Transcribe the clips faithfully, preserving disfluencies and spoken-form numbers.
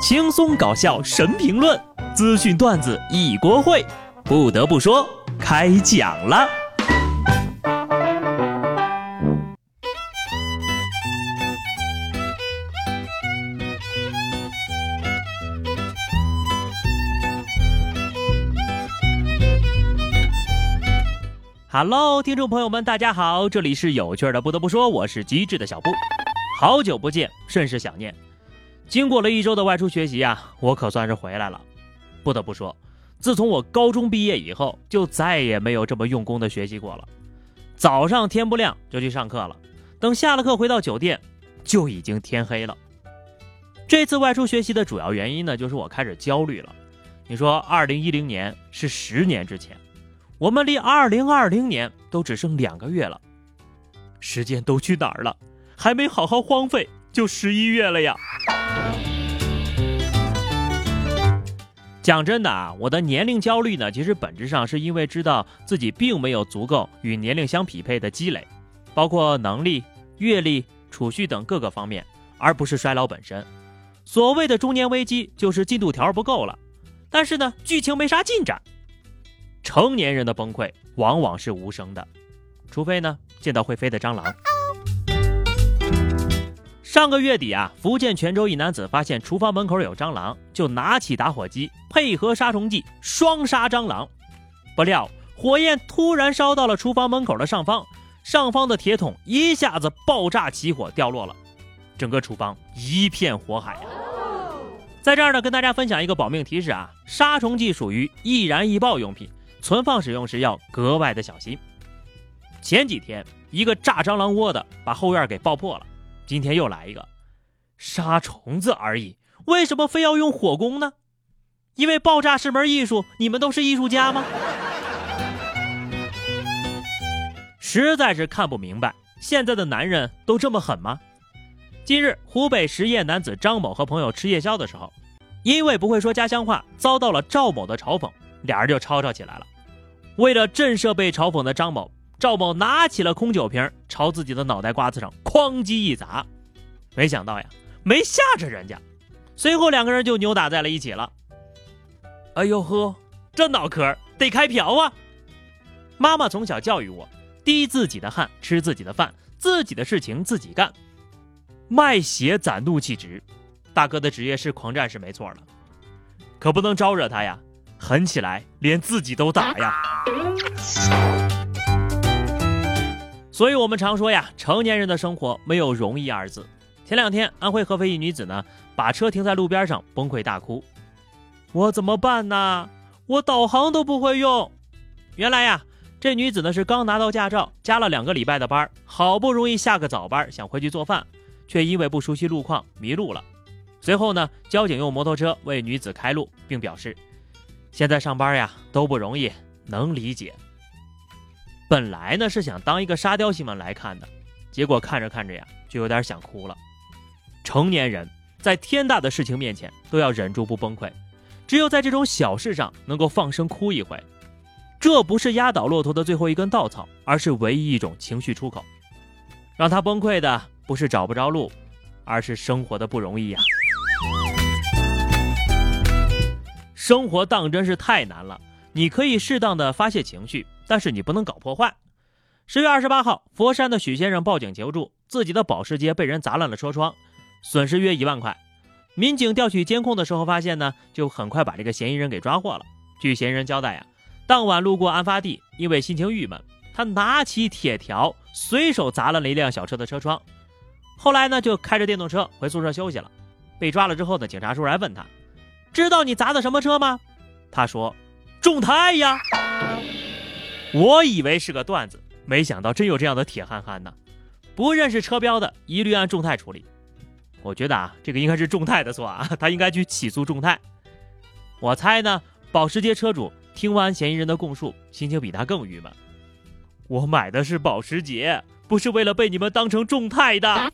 轻松搞笑神评论，资讯段子一锅烩。不得不说，开讲了。Hello， 听众朋友们，大家好，这里是有趣的。不得不说，我是机智的小布，好久不见，甚是想念。经过了一周的外出学习啊，我可算是回来了。不得不说，自从我高中毕业以后，就再也没有这么用功的学习过了。早上天不亮就去上课了，等下了课回到酒店，就已经天黑了。这次外出学习的主要原因呢，就是我开始焦虑了。你说二零一零年是十年之前，我们离二零二零年都只剩两个月了，时间都去哪儿了？还没好好荒废，就十一月了呀！讲真的啊，我的年龄焦虑呢，其实本质上是因为知道自己并没有足够与年龄相匹配的积累，包括能力、阅历、储蓄等各个方面，而不是衰老本身。所谓的中年危机，就是进度条不够了，但是呢，剧情没啥进展。成年人的崩溃往往是无声的，除非呢见到会飞的蟑螂。上个月底啊，福建泉州一男子发现厨房门口有蟑螂，就拿起打火机配合杀虫剂双杀蟑螂。不料火焰突然烧到了厨房门口的上方，上方的铁桶一下子爆炸起火掉落了，整个厨房一片火海啊！在这儿呢，跟大家分享一个保命提示啊，杀虫剂属于易燃易爆用品，存放使用时要格外的小心。前几天一个炸蟑螂窝的把后院给爆破了，今天又来一个，杀虫子而已，为什么非要用火攻呢？因为爆炸是门艺术，你们都是艺术家吗？实在是看不明白，现在的男人都这么狠吗？近日，湖北十堰男子张某和朋友吃夜宵的时候，因为不会说家乡话，遭到了赵某的嘲讽，俩人就吵吵起来了。为了震慑被嘲讽的张某，赵某拿起了空酒瓶，朝自己的脑袋瓜子上哐叽一砸，没想到呀，没吓着人家，随后两个人就扭打在了一起了。哎呦呵，这脑壳得开瓢啊！妈妈从小教育我，滴自己的汗，吃自己的饭，自己的事情自己干，卖血攒怒气值。大哥的职业是狂战士没错了，可不能招惹他呀，狠起来连自己都打呀。所以我们常说呀，成年人的生活没有容易二字。前两天安徽合肥一女子呢，把车停在路边上崩溃大哭，我怎么办呢？我导航都不会用。原来呀，这女子呢是刚拿到驾照，加了两个礼拜的班，好不容易下个早班，想回去做饭，却因为不熟悉路况迷路了。随后呢，交警用摩托车为女子开路，并表示现在上班呀都不容易，能理解。本来呢是想当一个沙雕新闻来看的，结果看着看着呀就有点想哭了。成年人在天大的事情面前都要忍住不崩溃，只有在这种小事上能够放声哭一回。这不是压倒骆驼的最后一根稻草，而是唯一一种情绪出口。让他崩溃的不是找不着路，而是生活的不容易呀。生活当真是太难了，你可以适当的发泄情绪，但是你不能搞破坏。十月二十八号，佛山的许先生报警求助，自己的保时捷被人砸烂了车窗，损失约一万块。民警调取监控的时候发现呢，就很快把这个嫌疑人给抓获了。据嫌疑人交代呀，当晚路过案发地，因为心情郁闷，他拿起铁条随手砸烂了一辆小车的车窗。后来呢，就开着电动车回宿舍休息了。被抓了之后呢，警察叔叔还问他，知道你砸的什么车吗？他说，众泰呀。我以为是个段子，没想到真有这样的铁憨憨呢。不认识车标的一律按众泰处理。我觉得啊，这个应该是众泰的错啊，他应该去起诉众泰。我猜呢，保时捷车主听完嫌疑人的供述，心情比他更郁闷。我买的是保时捷，不是为了被你们当成众泰的。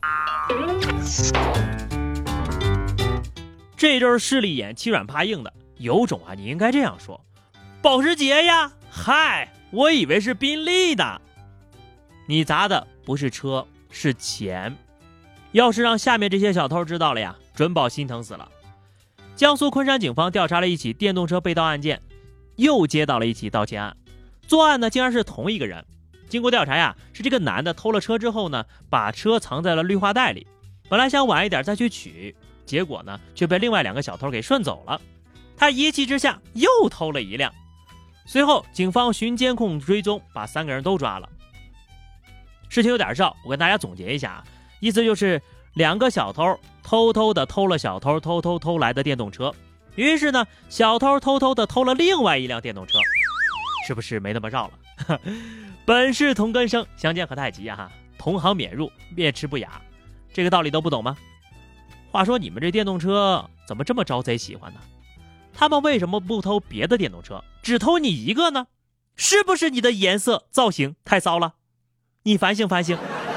这就是势利眼欺软怕硬的，有种啊，你应该这样说，保时捷呀，嗨，我以为是宾利的。你砸的不是车，是钱。要是让下面这些小偷知道了呀，准保心疼死了。 江苏昆山警方调查了一起电动车被盗案件，又接到了一起盗窃案，作案呢竟然是同一个人。经过调查呀，是这个男的偷了车之后呢，把车藏在了绿化带里，本来想晚一点再去取，结果呢却被另外两个小偷给顺走了。他一气之下又偷了一辆。随后警方循监控追踪，把三个人都抓了。事情有点绕，我跟大家总结一下，意思就是两个小偷偷偷的偷了小偷偷偷偷来的电动车，于是呢小偷偷偷的偷了另外一辆电动车，是不是没那么绕了？本是同根生，相煎何太急啊！同行免入，面吃不雅，这个道理都不懂吗？话说你们这电动车怎么这么招贼喜欢呢？他们为什么不偷别的电动车，只偷你一个呢？是不是你的颜色造型太骚了？你反省反省。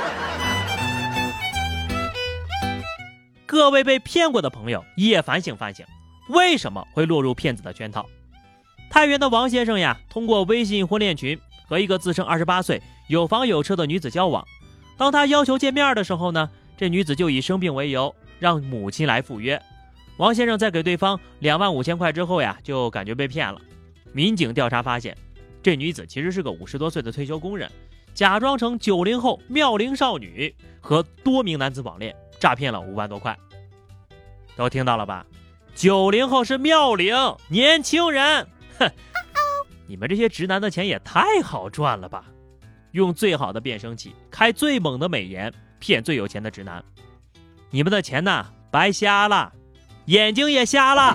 各位被骗过的朋友也反省反省，为什么会落入骗子的圈套？太原的王先生呀，通过微信婚恋群和一个自称二十八岁、有房有车的女子交往。当他要求见面的时候呢，这女子就以生病为由，让母亲来赴约。王先生在给对方两万五千块之后呀，就感觉被骗了。民警调查发现，这女子其实是个五十多岁的退休工人，假装成九零后妙龄少女，和多名男子网恋，诈骗了五万多块。都听到了吧？九零后是妙龄年轻人，哼！你们这些直男的钱也太好赚了吧？用最好的变声器，开最猛的美颜，骗最有钱的直男。你们的钱呢，白瞎了，眼睛也瞎了。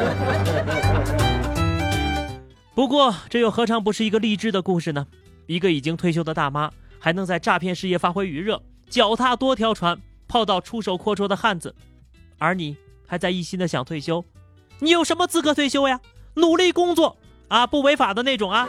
不过这又何尝不是一个励志的故事呢？一个已经退休的大妈，还能在诈骗事业发挥余热，脚踏多条船，泡到出手阔绰的汉子。而你还在一心的想退休，你有什么资格退休呀？努力工作啊，不违法的那种啊。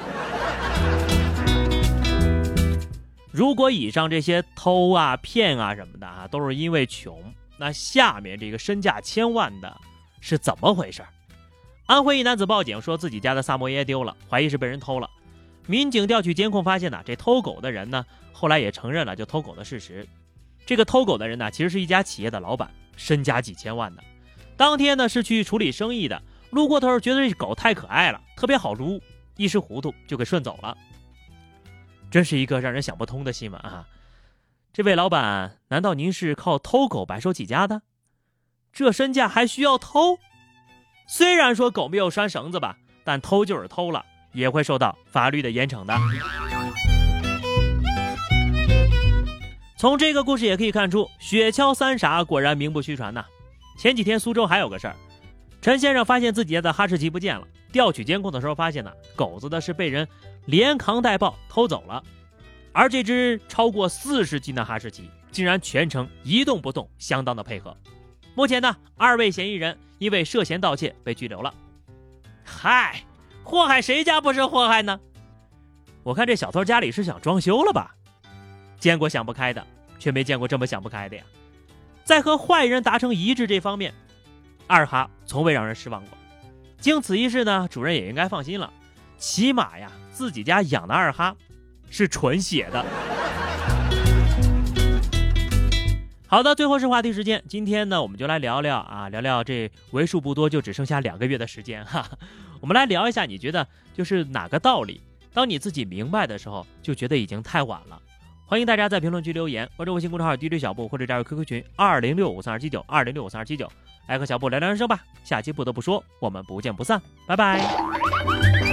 如果以上这些偷啊、骗啊什么的啊，都是因为穷，那下面这个身价千万的是怎么回事？安徽一男子报警说自己家的萨摩耶丢了，怀疑是被人偷了。民警调取监控发现呢，这偷狗的人呢，后来也承认了就偷狗的事实。这个偷狗的人呢，其实是一家企业的老板，身家几千万的。当天呢是去处理生意的，路过头觉得这狗太可爱了，特别好撸，一时糊涂就给顺走了。真是一个让人想不通的新闻啊！这位老板，难道您是靠偷狗白手起家的？这身价还需要偷？虽然说狗没有拴绳子吧，但偷就是偷了，也会受到法律的严惩的。从这个故事也可以看出，雪橇三傻果然名不虚传呐。前几天苏州还有个事儿，陈先生发现自己家的哈士奇不见了，调取监控的时候发现呢，狗子的是被人连扛带抱偷走了，而这只超过四十斤的哈士奇竟然全程一动不动，相当的配合。目前呢，二位嫌疑人因为涉嫌盗窃被拘留了。嗨，祸害谁家不是祸害呢？我看这小偷家里是想装修了吧？见过想不开的，却没见过这么想不开的呀。在和坏人达成一致这方面，二哈从未让人失望过。经此一事呢，主任也应该放心了，起码呀，自己家养的二哈是纯血的。好的，最后是话题时间。今天呢，我们就来聊聊啊，聊聊这为数不多就只剩下两个月的时间哈。我们来聊一下，你觉得就是哪个道理，当你自己明白的时候，就觉得已经太晚了。欢迎大家在评论区留言，关注微信公众号 D J 小布，或者加入 Q Q 群二零六五三二七九二零六五三二七九，来和小布聊聊人生吧。下期不得不说，我们不见不散，拜拜。